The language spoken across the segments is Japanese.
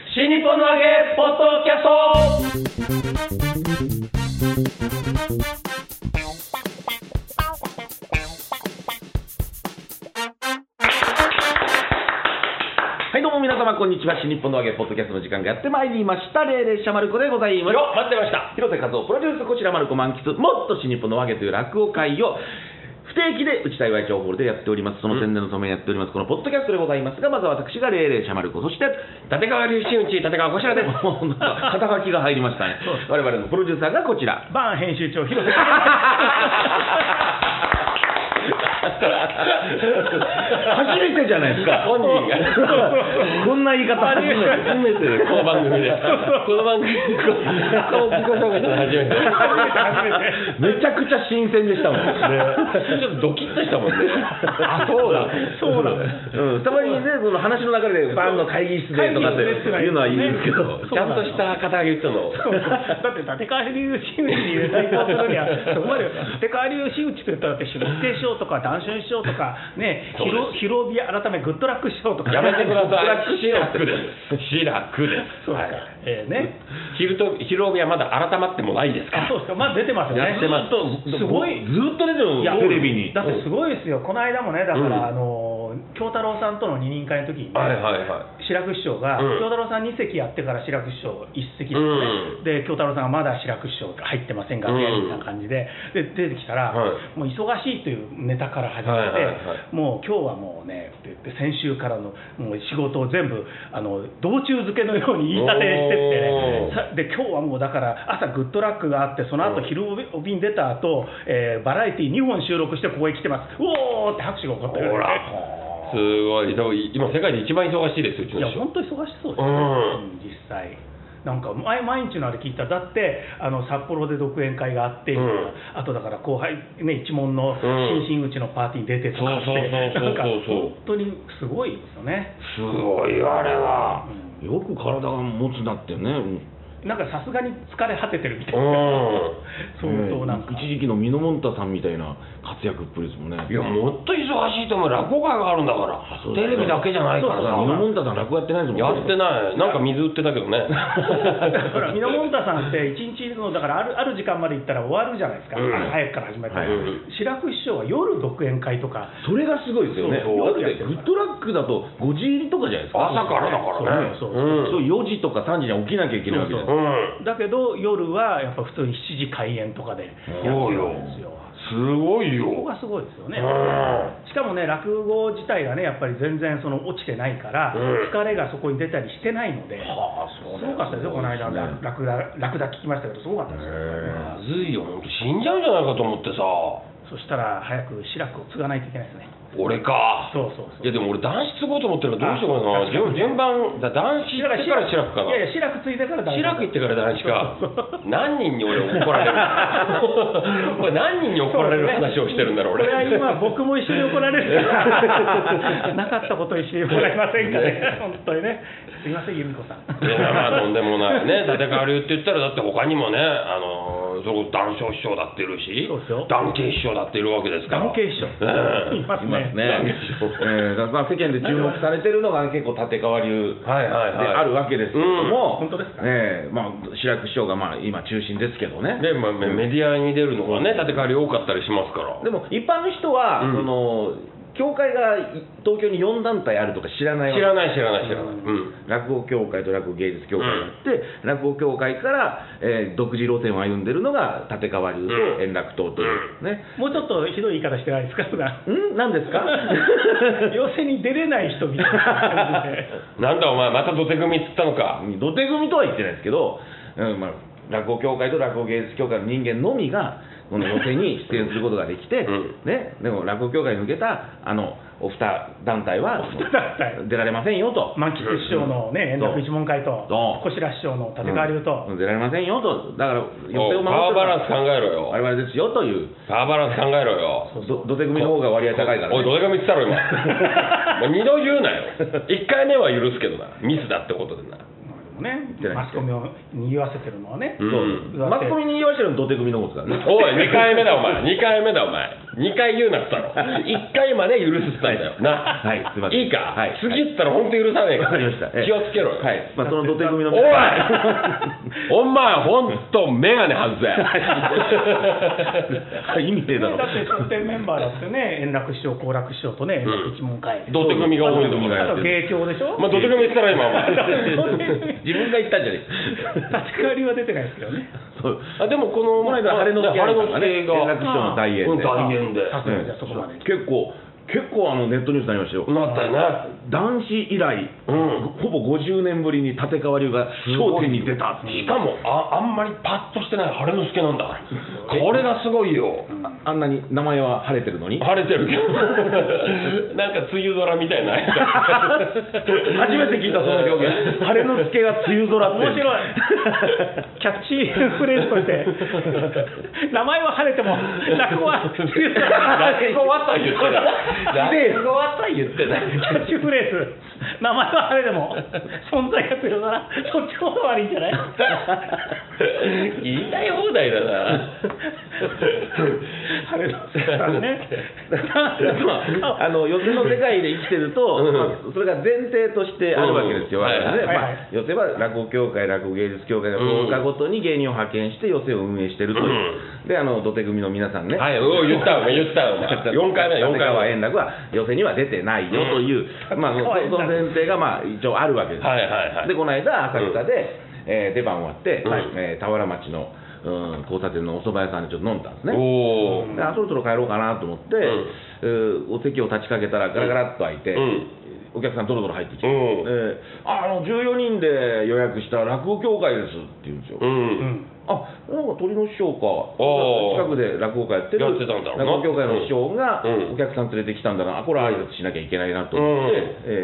新日本の揚げポッドキャスト。はいどうも皆様こんにちは。新日本の揚げポッドキャストの時間がやってまいりました。霊霊者マルコでございます。 よ、待ってました。 広瀬和夫プロデュース、こちらマルコ満喫もっと新日本の揚げという落語会を不定期で内田岩井町ホールでやっております。その宣伝のためにやっております、このポッドキャストでございますが、まずは私が霊霊者マルコ、そして立川流真打ち立川こちらです。 肩書きが入りましたね。我々のプロデューサーがこちら、 バーン編集長広瀬初めてじゃないですか、 本人がこんな言い方初めてで、 この番組でこの番組この自己紹介したの初めてめちゃくちゃ新鮮でしたもんね。 ちょっとドキッとしたもんね。あ、そうだそうだ、 たまにね、その話の流れでバンの会議室でとかっていうのはいいんですけど、 ちゃんとした方が言ってたの。 だって立川流真打ちに対抗するにはそこまで立川流真打ちといったらって下助師匠とか談春師匠とかね、広帯改めグッドラック師匠とかやめてください。志らくです。志らくです。 そうですか。ね、 広帯はまだ改まってもないですから。 そうですか。まだ出てますよね。 やってます。 すごいずっと出てるのテレビに。 だってすごいですよ。この間もね、だから京太郎さんとの二人会の時にね、志らく師匠が京太郎さん2席やってから志らく師匠1席ですね。で京太郎さんがまだ志らく師匠が入ってませんがみたいな感じで出てきたら、もう忙しいというネタから始めて、もう今日はもうねって言って先週からのもう仕事を全部道中漬けのように言い立てしてってね。で今日はもうだから朝グッドラックがあって、その後昼帯に出た後、バラエティ2本収録してここへ来てます。おーって拍手が起こったよね。 すごい。でも今世界で一番忙しいですよ、うちの師匠。 いや本当に忙しそうですね、実際。なんか毎日のあれ聞いたら、だって札幌で独演会があって、あとだから後輩ね、一門の新真打ちのパーティーに出てとかって、なんか本当にすごいですよね。 すごいあれは、 よく体が持つなってね。 なんかさすがに疲れ果ててるみたいな、相当なんか一時期のミノモンタさんみたいな活躍っぷりですもんね。 いやもっと忙しいと思う。落語会があるんだから、テレビだけじゃないからさ。 ミノモンタさん落語やってないですもんね。 やってない。なんか水売ってたけどね。 ほらミノモンタさんって一日のだからある時間まで行ったら終わるじゃないですか、早くから始まって、志らく師匠は夜独演会とか、 それがすごいですよね。だってグッドラックだと5時入りとかじゃないですか。 朝からだからね。 そう4時とか3時に起きなきゃいけないわけじゃないですか。 だけど夜はやっぱ普通に7時開演とかでやってるんですよ。 すごいよ。 そこがすごいですよね。しかもね、落語自体がねやっぱり全然その落ちてないから、疲れがそこに出たりしてないので、すごかったですよ。この間ラクダ聞きましたけど、すごかったですよ。 まずいよ、本当死んじゃうんじゃないかと思ってさ。 そしたら早く志らくを継がないといけないですね。 俺か。 そういやでも俺男子継ごうと思ってるからどうしようかな。順番男子行ってから志らくかな。 いやいや志らく継いでから志らく行ってから男子か。何人に俺怒られる俺何人に怒られる話をしてるんだろう俺。 これは今僕も一緒に怒られるなかったことを一緒にもらえませんかね本当にね。すいません由美子さん。 いやまあとんでもないね。立川流って言ったらだって他にもねそこ談笑師匠だっているし、談慶師匠だっているわけですから。 談慶師匠いますね。 まあ世間で注目されてるのが結構立川流であるわけですけども、 本当ですか。 まあ志らく師匠がまあ今中心ですけどね。 でまあメディアに出るのがね立川流多かったりしますから。 でも一般の人はその教会が東京に4団体あるとか知らない。 知らない。 落語協会と落語芸術協会があって、落語協会から独自路線を歩んでるのが立川流と円楽党というね。 もうちょっとひどい言い方してないですか。 何ですか。 要するに出れない人みたいな感じで。 なんだお前また土手組っつったのか。 土手組とは言ってないですけど、落語協会と落語芸術協会の人間のみがこの寄席に出演することができて、ね、でも落語協会に向けたお二団体は出られませんよと。 満喫師匠のね円楽一門会と小白師匠の立川流と出られませんよと。だから寄席を守ってパワーバランス考えろよ。 我々ですよという。 パワーバランス考えろよ。 土手組の方が割合高いからね。 おい土手組って言ったろ今二度言うなよ。1回目は許すけどな、ミスだってことでな。 ね、マスコミをにぎわせてるのはね、 マスコミににぎわせてるの土手組の方ですからね。 おい2回目だお前2回目だお前 2回言うなっつったの。1回まで許すっつったんだよな。 はい、すいません。 いいか、 はい、 次言ったら本当許さねえから。 わかりました。 気をつけろよ。 はい。まあその土手組のおいお前本当メガネ外せ。 意味ねえだろ。 だって笑点メンバーだってね、円楽師匠、好楽師匠とね、円楽一門会。 土手組が多いんだもん。 あと芸協でしょ。 まあ土手組言ったら今お前。 自分が言ったんじゃね立川流は出てないですけどね。 そう。 あでもこのこの間晴れの助が晴れの助が円楽師匠の大演で。 大演で。 じゃあそこまで。 結構ネットニュースになりましたよ。 なったよね。 男子以来、ほぼ50年ぶりに立川流が笑点に出たっていう。 しかもあんまりパッとしてない晴れの助なんだ。これがすごいよ。 あんなに名前は晴れてるのに。 晴れてるけど。なんか梅雨空みたいな。 初めて聞いたその表現。晴れの助が梅雨空って。 面白い。キャッチフレーズとして名前は晴れても落語は梅雨空。 落語はとは言ってない。落語はとは言ってない。 キャッチフレーズ、名前は晴れでも存在が強いならそっちの方が悪いんじゃない？ 言いたい放題だな。 晴れのせね。 寄席の世界で生きてると、それが前提としてあるわけですよ。寄席は落語協会、落語芸術協会が10日ごとに芸人を派遣して寄席を運営してるという。で土手組の皆さんね。 はい、言ったわ4回目4回目。 円楽は寄席には出てないよという、その前提が一応あるわけです。でこの間浅草で出番終わって田原町の交差点のお蕎麦屋さんにちょっと飲んだんですね。でそろそろ帰ろうかなと思ってお席を立ちかけたらガラガラっと開いてお客さんどろどろ入ってきて14人で予約した落語協会ですって言うんですよ。あ、なんか鳥の師匠か、近くで落語家やってる落語協会の師匠がお客さん連れてきたんだな、これは挨拶しなきゃいけないなと思って、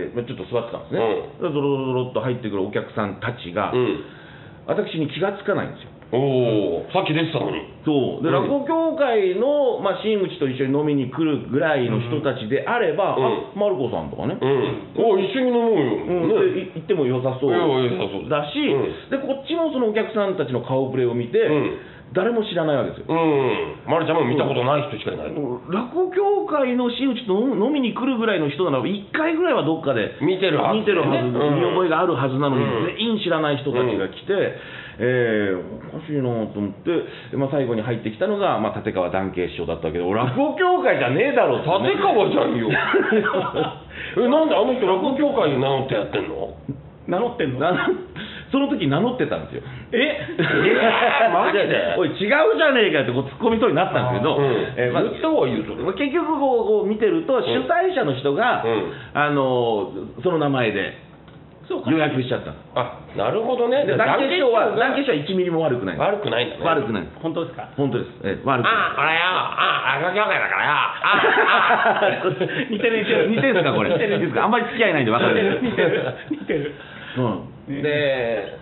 ちょっと座ってたんですね。ドロドロドロっと入ってくるお客さんたちが、私に気がつかないんですよ。 さっき出てたのに。 そうで落語協会の真打ちと一緒に飲みに来るぐらいの人たちであれば、マルコさんとかね、 一緒に飲もうよ、 行っても良さそうだし、でこっちもそのお客さんたちの顔ぶれを見て、誰も知らないわけですよ。 まるちゃんも見たことない人しかいない。 落語協会の真打ちと飲みに来るぐらいの人なら1回ぐらいはどっかで見てるはず、 見覚えがあるはずなのに、全員知らない人たちが来て、おかしいなと思って、最後に入ってきたのが、立川談慶師匠だったわけで、落語協会じゃねえだろって、 立川じゃんよ。なんであの人落語協会に名乗ってやってんの？ 名乗ってんの？ その時名乗ってたんですよ。 マジで？ おい違うじゃねえかって突っ込みそうになったんですけど、 言った方がいいよそれ。 結局こう見てると、主催者の人がその名前で予約しちゃった。 なるほどね。 談慶師匠は1ミリも悪くない。 悪くないんだね。 悪くない。 本当ですか？ 本当です。悪くない。 俺よ、落語協会だからよ。 似てるんですかこれ。似てるんですか。あんまり付き合いないんで分かる。 似てる。 で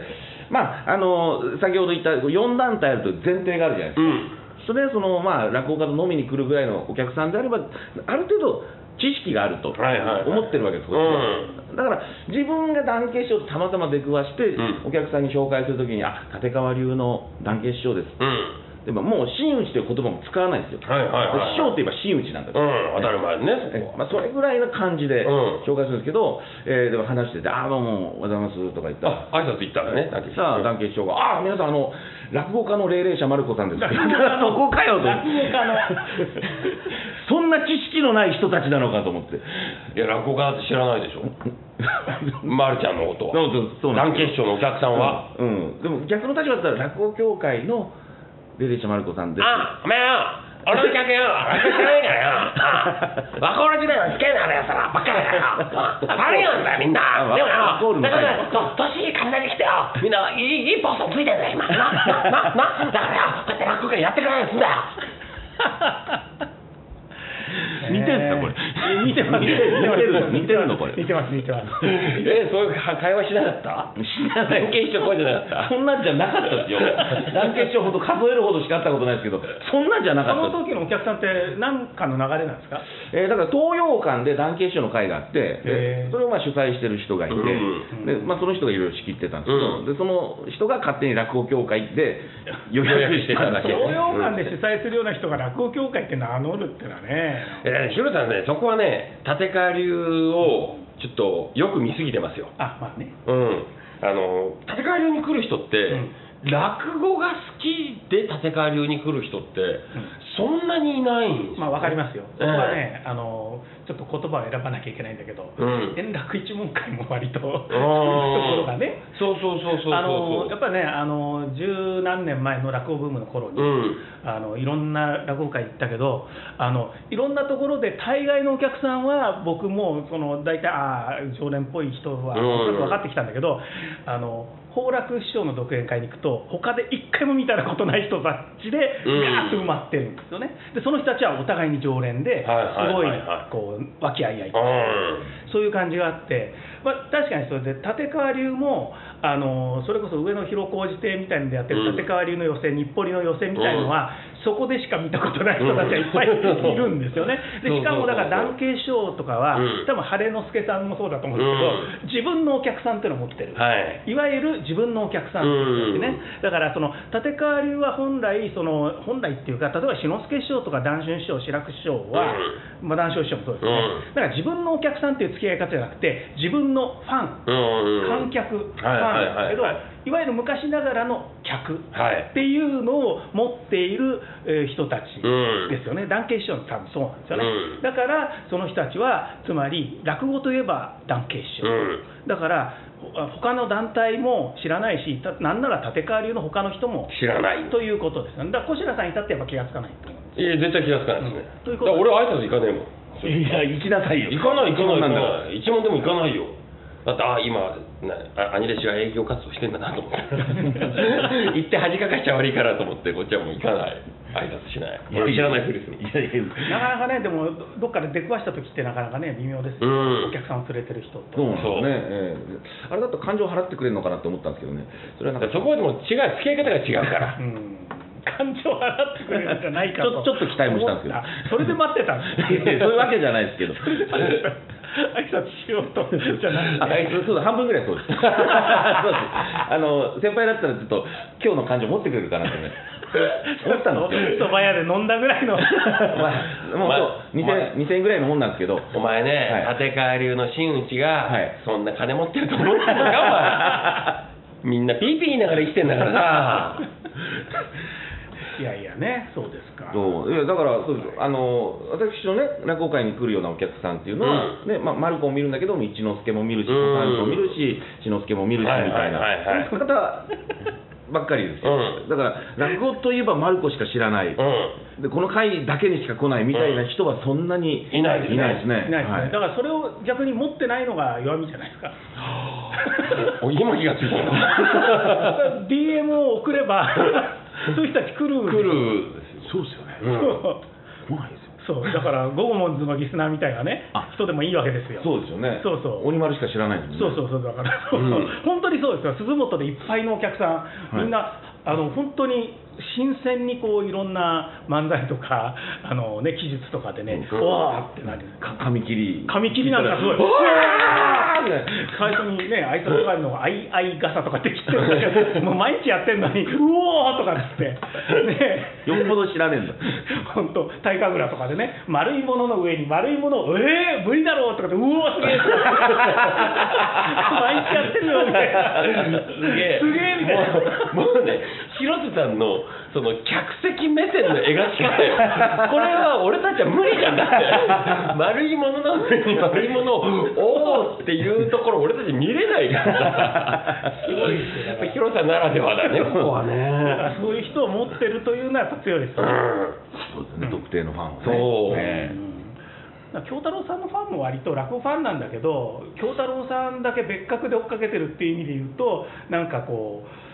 先ほど言った4団体あると前提があるじゃないですか。それで落語家と飲みに来るぐらいのお客さんであれば、ある程度知識があると思ってるわけです。だから自分が談慶師匠とたまたま出くわして、お客さんに紹介するときに立川流の談慶師匠です。でももう真打ちという言葉も使わないんですよ。師匠といえば真打ちなんだと。 当たり前ね。 それぐらいの感じで紹介するんですけど、でも話してて、どうもおはようございますとか言ったら、 挨拶行ったらね、 さあ談慶師匠が、皆さん落語家の霊々者マルコさんです。そこかよと。そんな知識のない人たちなのかと思って。 いや落語家だって知らないでしょ。まるちゃんのことは。談慶師匠のお客さんは。 でも逆の立場だったら落語協会の霊々者マルコさんです。 お前よ、俺の客よ、落語知らないからよ。若者時代は好きなやつらばっかりだよ。悪いんだよみんな。でもよ、だから年いい体に来てよ、みんないいポストついてんだよ今。だからよ、こうやって落語会やってくれないんだよ。 似てるんですかこれ。 似てます。 似てるのこれ。 似てます。 そういう会話しなかった？ しなかった。 談慶師匠こうじゃなかった？ そんなんじゃなかったですよ。談慶師匠ほど数えるほどしか会ったことないですけど、そんなんじゃなかった。 その時のお客さんって何かの流れなんですか？ だから東洋館で談慶師匠の会があって、それを主催してる人がいて、でその人がいろいろ仕切ってたんですけど、でその人が勝手に落語協会で予約してただけ。 東洋館で主催するような人が落語協会って名乗るってのはね。 広田さんね、そこはね、立川流をちょっとよく見すぎてますよ。 まあね。 立川流に来る人って、落語が好きで立川流に来る人ってそんなにいないんですよ。 わかりますよ。そこはね、ちょっと言葉を選ばなきゃいけないんだけど、円楽一門会も割とところがね。 そうやっぱりね、十何年前の落語ブームの頃に、いろんな落語会行ったけど、いろんなところで大概のお客さんは僕も大体常連っぽい人は分かってきたんだけど、宝楽師匠の独演会に行くと他で一回も見たことない人たちでガーッと埋まってるんですよね。でその人たちはお互いに常連ですごいこう和気あいあいとそういう感じがあって、確かにそれで立川流もそれこそ上野広小路亭みたいなのでやってる立川流の寄席、日暮里の寄席みたいのは、そこでしか見たことない人たちがいっぱいいるんですよね。でしかもだから談慶師匠とかは、多分晴之助さんもそうだと思うんですけど、自分のお客さんっていうのを持ってる、いわゆる自分のお客さんってね。だからその立川流は本来っていうか、例えば志の輔師匠とか談春師匠、志らく師匠は、談笑師匠もそうですね。だから自分のお客さんっていう付き合い方じゃなくて、自分のファン、観客、ファンだけど、いわゆる昔ながらの客っていうのを持っている人たちですよね。談慶師匠の多分そうなんですよね。だからその人たちはつまり落語といえば談慶師匠、だから他の団体も知らないし、なんなら立川流の他の人も知らないということですよね。だから小白さんに至ってやっぱ気がつかないと思うんです。 いや絶対気がつかないですね。だから俺挨拶行かねえもん。 いや行きなさいよ。 行かない一問でも行かないよ。だって今兄弟子は営業活動してんだなと思って行って恥かかしちゃ悪いからと思ってこっちはもう行かない、挨拶しない、知らないふりする。 なかなかね、でもどっかで出くわした時ってなかなかね微妙ですよ、お客さんを連れてる人って。 そうね、あれだと感情払ってくれるのかなって思ったんですけどね。 それはなんかそこでも違う、付き合い方が違うから感情払ってくれるんじゃないかとちょっと期待もしたんですけど、 それで待ってたんですそういうわけじゃないですけど挨拶しようとじゃなくて、 そうだ、半分ぐらいそうですそうです。先輩だったらちょっと今日の感情持ってくれるかなってね思ったんですよ。 蕎麦屋で飲んだぐらいのもう 2000円ぐらいのもんなんですけど、 お前ね、立川流の真打ちがそんな金持ってると思ってんのかお前みんなピーピー言いながら生きてんだからさいやいやね、そうですか。 だからそうです。私のね落語会に来るようなお客さんっていうのは、ね、マルコを見るんだけども一之輔も見るし、小三治も見るし、志の輔も見るしみたいなそういう方ばっかりですよ。だから落語といえばマルコしか知らない、でこの会だけにしか来ないみたいな人はそんなにいないですね。 だからそれを逆に持ってないのが弱みじゃないですか。 今気がついたの DM を送ればそういう人たち来る。 そうですよね。来ないですよ。 そうだからゴゴモンズのリスナーみたいなね人でもいいわけですよ。 そうですよね。 そう鬼丸しか知らないですもんね。 そうだから本当にそうですよ。鈴本でいっぱいのお客さん、みんな本当に新鮮にこういろんな漫才とか記述とかでね、わーってなる。 紙切りなんかすごい。最初にね、挨拶代わりのあい傘とかできてるんだけど、もう毎日やってんのに、うおーとかってね、 よっぽど知らねえんだ。 本当、大神楽とかでね、丸いものの上に丸いものを、無理だろうとかで、うおーすげえとか、毎日やってるよみたいな、すげえみたいな。 もうね、広瀬さんのその客席目線の描き方よ。これは俺たちは無理なんだって。丸いものの上に丸いものをおーっていうところ俺たち見れないからさ。すごいですよ。やっぱ広瀬ならではだね。ここはね。 そういう人を持ってるというのはやっぱ強いですよね。 そうですね。特定のファンをね。 京太郎さんのファンも割と落語ファンなんだけど、京太郎さんだけ別格で追っかけてるっていう意味で言うと、なんかこう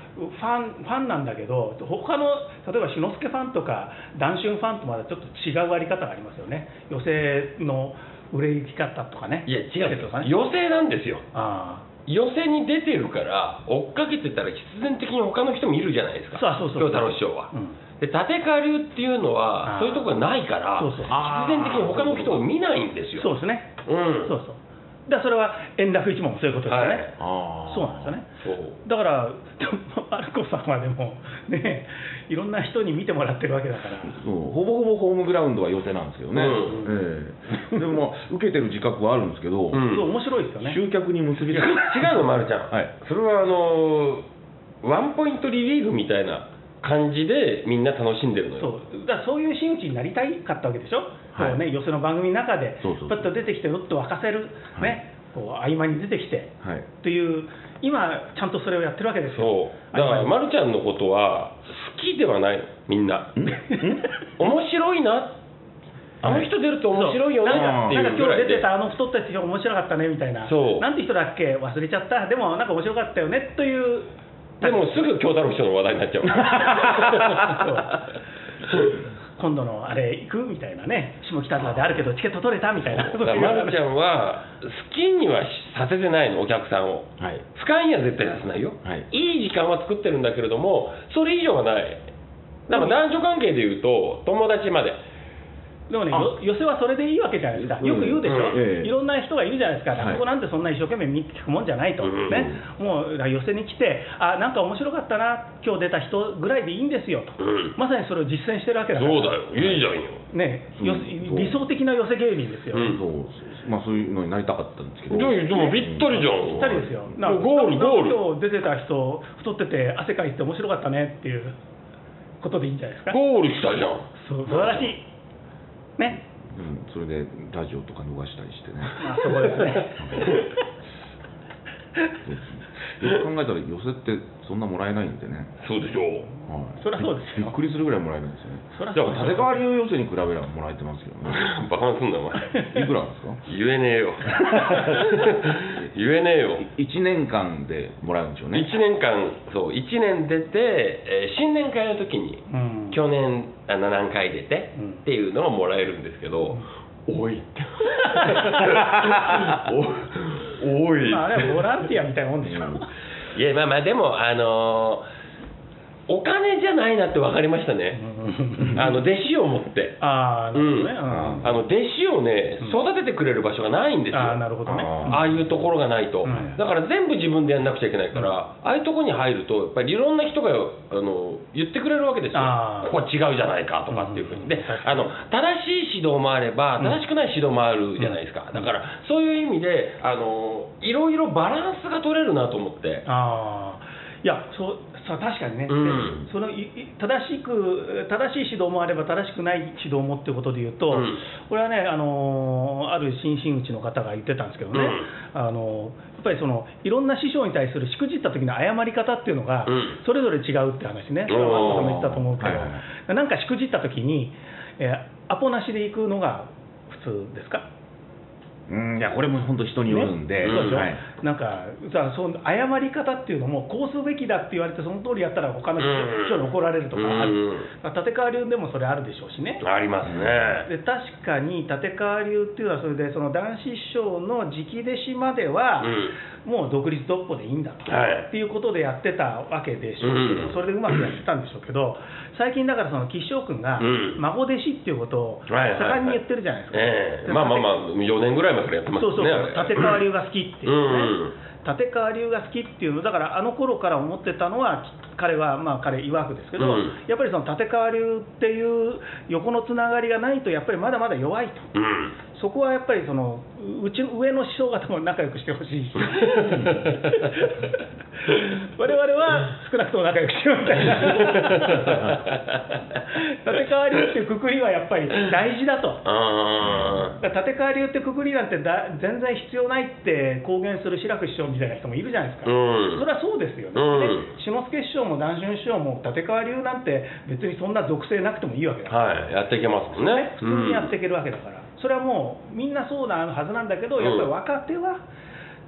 ファンなんだけど、他の例えば志の輔ファンとか談春ファンとまだちょっと違う割り方がありますよね。寄席の売れ行き方とかね。 いや違うとかね。寄席なんですよ。寄席に出てるから追っかけてたら必然的に他の人見るじゃないですか。 そう京太郎師匠は。で立川流っていうのはそういうところがないから必然的に他の人を見ないんですよ。 そうですね。そうそう。だからそれは円楽一門もそういうことですよね。そうなんですよね。だからマルコさんはでもね、いろんな人に見てもらってるわけだから。 ほぼほぼホームグラウンドは寄席なんですけどね。でも受けてる自覚はあるんですけど、 面白いですよね。 集客に結びつく。 違うの、まるちゃん。それはワンポイントリリーフみたいな感じでみんな楽しんでるのよ。 そういう真打ちになりたいかったわけでしょ。寄席の番組の中でパッと出てきてうっと沸かせるね、合間に出てきてという今ちゃんとそれをやってるわけですよ。 だからまるちゃんのことは好きではないの、みんな。面白いな、あの人出ると面白いよねっていうぐらいで。 今日出てたあの太った人が面白かったねみたいな、なんて人だっけ忘れちゃった、でもなんか面白かったよねという。 でもすぐ京太郎師匠の話題になっちゃう。 今度のあれ行くみたいなね、下北沢であるけどチケット取れたみたいな。 まるちゃんは好きにはさせてないの、お客さんを。不快には絶対させないよ。いい時間は作ってるんだけれども、それ以上はない。だから男女関係でいうと友達まで。 でもね、寄席はそれでいいわけじゃないですか。よく言うでしょ、いろんな人がいるじゃないですか。落語なんてそんな一生懸命見て聞くもんじゃないと、ね、もう寄席に来て、なんか面白かったな、今日出た人ぐらいでいいんですよと、まさにそれを実践してるわけだから。 そうだよ、いいじゃんよ、 ね、理想的な寄席芸人ですよ。 そういうのになりたかったんですけど。 でもぴったりじゃん。 ぴったりですよ。 ゴール。 今日出てた人、太ってて汗かいて面白かったねっていうことでいいんじゃないですか。 ゴールしたじゃん。 素晴らしい。ね、 それでラジオとか逃したりしてね。 そこですね。 よく考えたら寄席ってそんなもらえないんでね。 そうでしょう。 そりゃそうですよ。 びっくりするぐらいもらえるんですよね。 じゃあ立川流寄席に比べればもらえてますけどね。 バカにすんだお前。 いくらですか？ 言えねえよ。言えねえよ。 1年間でもらうんでしょうね。 1年間、そう、1年出て、新年会の時に、去年何回出てっていうのがもらえるんですけど、おいって。おい。 あれはボランティアみたいなもんでしょ。 いや、まあでも、お金じゃないなって分かりましたね。弟子を持って。 なるほどね。 弟子をね、育ててくれる場所がないんですよ。 なるほどね。 ああいうところがないと。だから全部自分でやんなくちゃいけないから、ああいうところに入ると、やっぱりいろんな人が言ってくれるわけですよ。ここ違うじゃないかとかっていうふうに。で、正しい指導もあれば、正しくない指導もあるじゃないですか。だから、そういう意味で、いろいろバランスが取れるなと思って。 いや、確かにね、その正しい指導もあれば正しくない指導もっていうことでいうと、これはね、ある新真打ちの方が言ってたんですけどね、やっぱりいろんな師匠に対するしくじった時の謝り方っていうのがそれぞれ違うって話ね、それはマットさんも言ってたと思うけど、なんかしくじった時にアポなしで行くのが普通ですか？ いやこれも本当人によるんで、 なんかその謝り方っていうのもこうすべきだって言われてその通りやったら他の人に怒られるとかある、立川流でもそれあるでしょうしね。 ありますね。 で確かに立川流っていうのはそれでその男子師匠の直弟子までは、もう独立独歩でいいんだと、っていうことでやってたわけでしょうけど、それでうまくやってたんでしょうけど、最近だからその岸翔君が孫弟子っていうことを盛んに言ってるじゃないですか。 まあ4年ぐらい前からやってますね。 立川流が好きっていうね、立川流が好きっていうのだからあの頃から思ってたのは彼は彼曰くですけど、やっぱりその立川流っていう横のつながりがないとやっぱりまだまだ弱いと、そこはやっぱりうちの上の師匠方も仲良くしてほしい我々は少なくとも仲良くしようみたいな立川流っていうくくりはやっぱり大事だと。立川流ってくくりなんて全然必要ないって公言する志らく師匠みたいな人もいるじゃないですか。それはそうですよね。で志の輔師匠も談春師匠も立川流なんて別にそんな属性なくてもいいわけだから、 やっていけますもんね。 普通にやっていけるわけだから、それはもうみんなそうなはずなんだけど、やっぱり若手は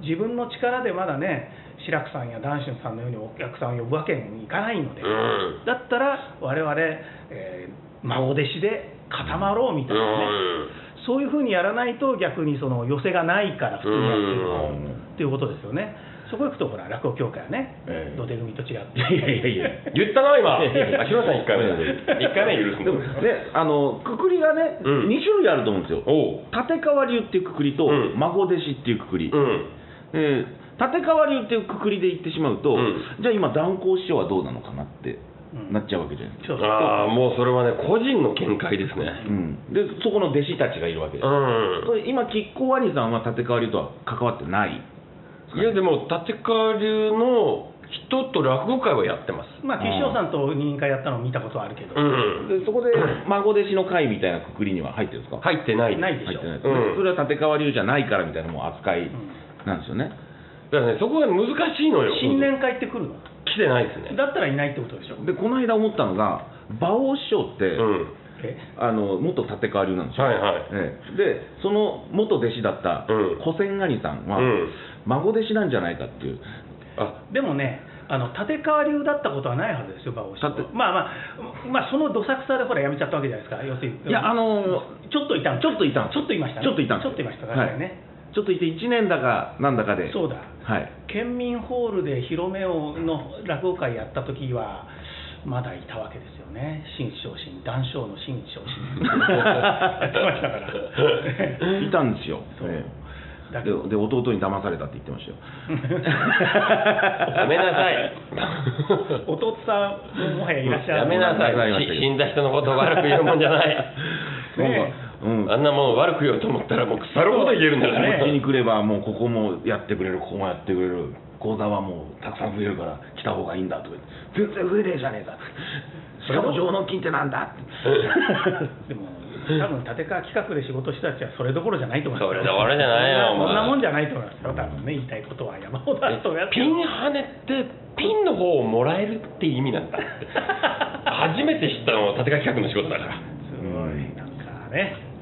自分の力でまだね志らくさんや談春さんのようにお客さんを呼ぶわけにいかないので、だったら我々、孫弟子で固まろうみたいなね、そういうふうにやらないと逆にその寄せがないから普通にやってるっていうことですよね。そこ行くとほら落語協会はね、土手組と違って、 いや言ったな今、秋野さん1回目1回目許すんだ。 でもね、くくりがね、2種類あると思うんですよ。立川流っていうくくりと、孫弟子っていうくくり。立川流っていうくくりで言ってしまうと、じゃあ今談光師匠はどうなのかなってなっちゃうわけじゃないですか。 ああ、もうそれはね個人の見解ですね。 でそこの弟子たちがいるわけです。今亀甲兄さんは立川流とは関わってない。 いやでも立川流の人と落語会はやってます。 まあ吉祥さんと二人会やったのを見たことはあるけど、 でそこで孫弟子の会みたいなくくりには入ってるんですか？ 入ってない。 ないでしょ。 それは立川流じゃないからみたいなもう扱いなんですよね。 だからね、そこが難しいのよ。 新年会って来るの？ 来てないですね。 だったらいないってことでしょ。 でこの間思ったのが馬王師匠って、元立川流なんですよ。でその元弟子だった古仙兄さんは、孫弟子なんじゃないかっていう。 でもね、立川流だったことはないはずですよ、馬王師匠。まあそのどさくさでほらやめちゃったわけじゃないですか。要するにいやちょっといたちょっといましたね。 ちょっといましたからね。 ちょっといて1年だかなんだかで。 そうだ。県民ホールで広めの落語会やった時はまだいたわけですよね。新昇進、談笑の新昇進やってましたからいたんですよ。で弟に騙されたって言ってましたよ。 やめなさい。 弟さんもはやいらっしゃる。 やめなさい。死んだ人のことを悪く言うもんじゃない。あんなもの悪く言おうと思ったらもう腐るほど言えるんだからね。 こっちに来ればもうここもやってくれる、ここもやってくれる、講座はもうたくさん増えるから来た方がいいんだとか言って、全然増えねえじゃねえか。しかも上納金ってなんだって。 でも多分立川企画で仕事した人たちはそれどころじゃないと思います。 それどころじゃないよ。 こんなもんじゃないと思いますよ。多分ね、言いたいことは山ほどあるとやって。 ピンハネってピンの方をもらえるって意味なんだって。初めて知ったのは立川企画の仕事だから。 すごいなんかね。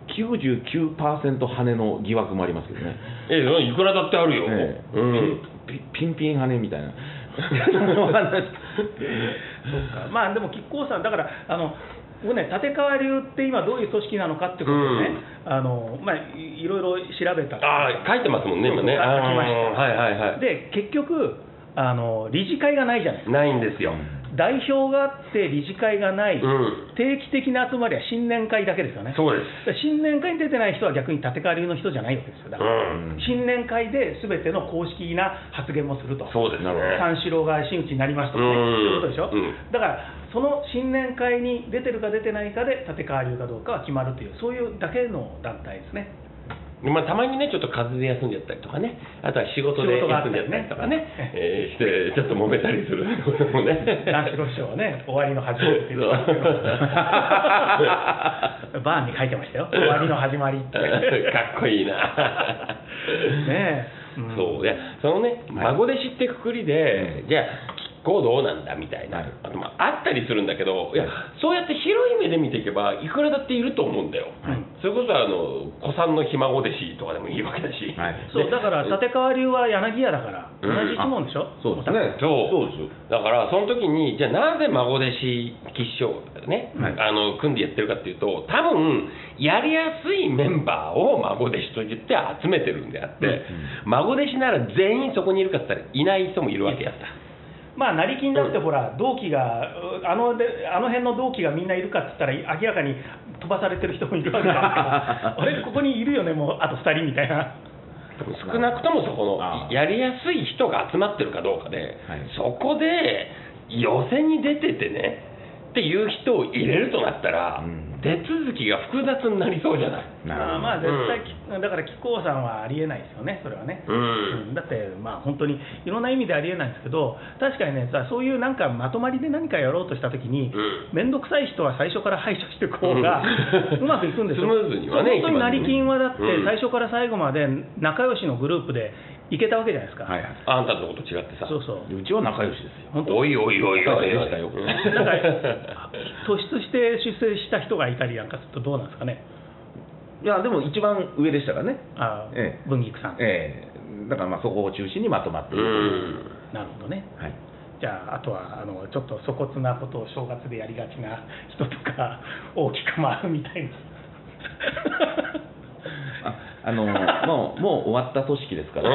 99% 羽の疑惑もありますけどね。 いくらだってあるよ。 ピンピン羽みたいな。 まあでも亀甲さんだから僕ね、立川流って今どういう組織なのかってことをね、いろいろ調べた。 書いてますもんね今ね。 書きました。で結局理事会がないじゃないですか。 ないんですよ。 代表があって理事会がない、定期的な集まりは新年会だけですよね。 そうです。 新年会に出てない人は逆に立川流の人じゃないわけですよ。だから、新年会で全ての公式な発言もすると。 そうですね。 三四郎が真打ちになりますとかね、そういうことでしょ。だからその新年会に出てるか出てないかで立川流かどうかは決まるという、そういうだけの団体ですね。 たまにねちょっと風邪で休んじゃったりとかね、あとは仕事で休んじゃったりとかね、してちょっと揉めたりすることもね。 談志郎師匠はね、終わりの始まりって言ってますけどバーンに書いてましたよ、終わりの始まりって。 かっこいいな。 ねえ、 そうで、そのね孫弟子ってくくりで、じゃあこうどうなんだみたいな、あったりするんだけど、いやそうやって広い目で見ていけばいくらだっていると思うんだよ。それこそ子さんのひ孫弟子とかでもいいわけだし。 そうだから立川流は柳家だから同じ一門でしょ。 そうですね。 そうですよ。だからその時にじゃあなぜ孫弟子吉祥ね組んでやってるかっていうと、多分やりやすいメンバーを孫弟子と言って集めてるんであって、孫弟子なら全員そこにいるかって言ったらいない人もいるわけやった。 まあ成金だってほら、同期があの辺の同期がみんないるかって言ったら明らかに飛ばされてる人もいるわけだからあれここにいるよね、もうあと2人みたいな。 少なくともそこのやりやすい人が集まってるかどうかで、そこで予選に出ててねっていう人を入れるとなったら、手続きが複雑になりそうじゃない。 まあ絶対、だから亀甲さんはありえないですよね、それはね。だってまあ本当にいろんな意味でありえないんですけど、確かにね、そういうなんかまとまりで何かやろうとしたときに、面倒くさい人は最初から排除していく方がうまくいくんですよ。 スムーズにはね。 本当に成金はだって最初から最後まで仲良しのグループでいけたわけじゃないですか。 あんたのとこと違ってさ。 そうそう。 うちは仲良しですよ。 おいおいおいおい。 でしたよ。 なんか突出して出世した人がいたりなんかするとどうなんですかね。 いやでも一番上でしたからね。 文菊さん。 だからまあそこを中心にまとまっている。 なるほどね。 はい。 じゃああとはちょっと粗骨なことを正月でやりがちな人とか大きく回るみたいな。 もう終わった組織ですから、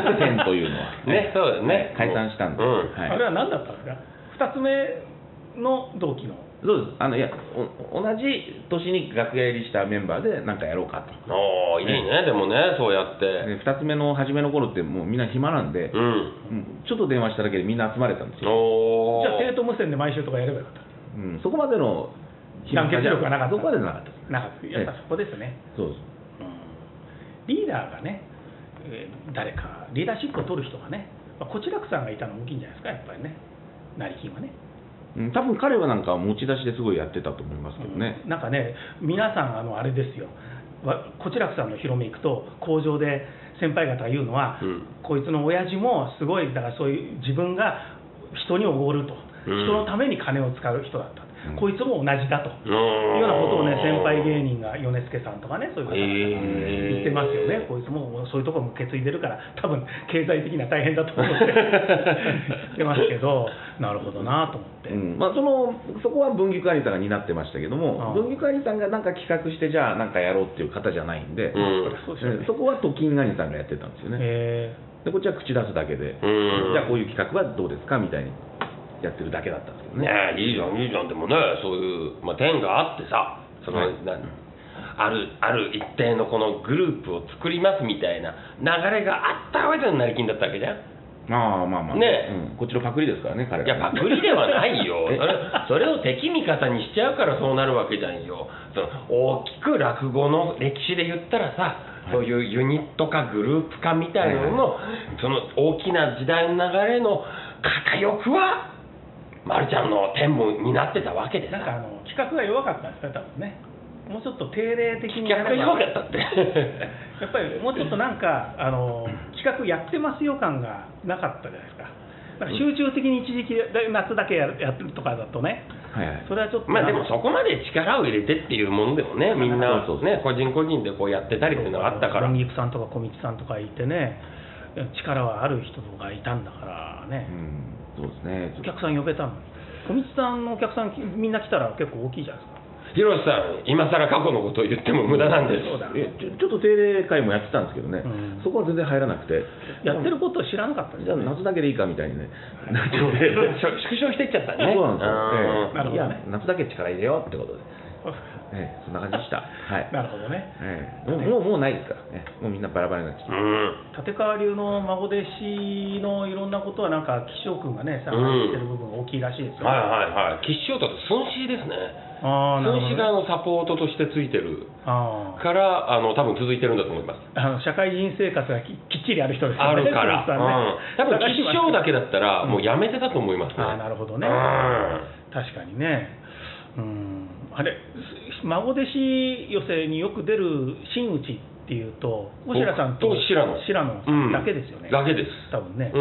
県というのはね、そうだね、 解散したんで。 あれは何だったんですか。2つ目の同期の。 そうです。いや同じ年に楽屋入りしたメンバーで何かやろうかと。 いいね、でもね、そうやって 2つ目の初めの頃ってもうみんな暇なんで、ちょっと電話しただけでみんな集まれたんですよ。 じゃあ生徒無線で毎週とかやればよかった。 そこまでの団結力がなかった。 そこまでなかった。 なかった。やっぱそこですね。 そうです。 リーダーがね、誰かリーダーシップを取る人がね、こちらくさんがいたの大きいんじゃないですか、やっぱりね、成金はね。 多分彼はなんか持ち出しですごいやってたと思いますけどね。 なんかね、皆さんあれですよ、こちらくさんの広め行くと工場で先輩方が言うのは、こいつの親父もすごい、だからそういう自分が人におごると、人のために金を使う人だった、こいつも同じだというようなことをね、先輩芸人が米助さんとかね、そういう方が言ってますよね。こいつもそういうところも受け継いでるから多分経済的には大変だと思って言ってますけど、なるほどなと思って、 そこは文菊兄さんが担ってましたけども、文菊兄さんが何か企画してじゃあ何かやろうっていう方じゃないんで、そこはと金兄さんがやってたんですよね。でこっちは口出すだけで、じゃあこういう企画はどうですかみたいにやってるだけだったんですけどね。 いいじゃんいいじゃん。でもね、そういう点があってさ、ある一定のこのグループを作りますみたいな流れがあった上での成金だったわけじゃん。 まあね、こっちのパクリですからね、彼ら。 いやパクリではないよ。それを敵味方にしちゃうからそうなるわけじゃんよ。大きく落語の歴史で言ったらさ、そういうユニット化グループ化みたいなのの、その大きな時代の流れの片翼はまるちゃんの天も担ってたわけでさ。 なんか企画が弱かったんですね、多分ね。もうちょっと定例的に企画が弱かったってやっぱりもうちょっとなんか企画やってますよ感がなかったじゃないですか。なんか集中的に一時期夏だけやってるとかだとね、それはちょっとでもそこまで力を入れてっていうものでもね、みんなね個人個人でこうやってたりっていうのがあったから、 文菊さんとか小道さんとかいてね、力はある人がいたんだからね。 そうですね。 お客さん呼べたの。小道さんのお客さんみんな来たら結構大きいじゃないですか。 広瀬さん、今更過去のことを言っても無駄なんです。 ちょっと定例会もやってたんですけどね、そこは全然入らなくて、 やってることを知らなかったんですよね。夏だけでいいかみたいにね、 縮小していっちゃったね。 そうなんですよ。いや、夏だけ力入れようってことで。そんな感じでした。 なるほどね。 もうないですからね。もうみんなバラバラになっちゃう。立川流の孫弟子のいろんなことはなんか岸尾君がね、参加してる部分が大きいらしいですよ。 岸尾と孫子ですね。孫子がサポートとしてついてるから多分続いてるんだと思います。 社会人生活がきっちりある人ですよね。 あるから。多分岸尾だけだったらもうやめてたと思いますね。 なるほどね。確かにね。あれ孫弟子寄せによく出る真打ちっていうと小白さんと白野さんだけですよね。 だけです多分ね。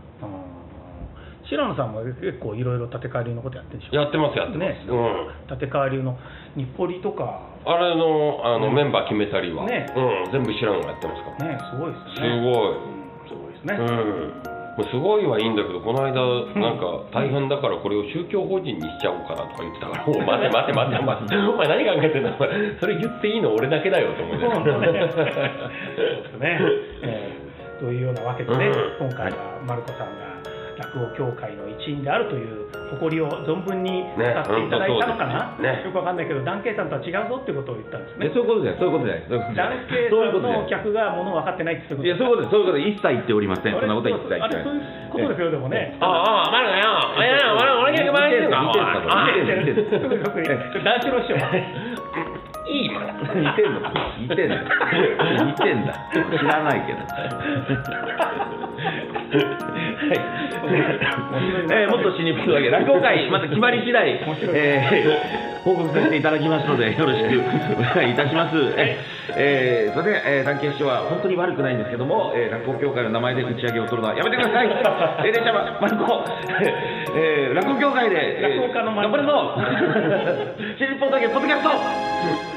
白野さんも結構いろいろ立川流のことやってるんでしょ。 やってますね。 立川流の日暮里とかあれのメンバー決めたりは全部白野がやってますからね。すごいですね。 すごいですね。すごいはいいんだけど、この間なんか大変だからこれを宗教法人にしちゃおうかなとか言ってたから、待てお前何考えてんだ、それ言っていいの俺だけだよと思いながら。そうですね。というようなわけでね、今回はマルコさんが落語協会の一員であるという誇りを存分にさせていただいたのかな、よくわかんないけど、団慶さんとは違うぞっていうことを言ったんですね。 そういうことじゃない。 団慶さんの客がもの分かってないってことです。 いや、そういうこと一切言っておりません。そんなことは一切言ってない。 そういうことですよ、でもね。 マルコよ、俺客前にいるのか。 男子の師匠いい今だ。 似てんだ。知らないけど。もっと死にっぷわけ落語会また決まり次第報告させていただきますのでよろしくお願いいたします。それで団慶師匠は本当に悪くないんですけども、落語協会の名前で打ち上げを取るのはやめてください。でじゃあマルコ落語協会で落語家の頑張るぞ。新日本だけポッドキャスト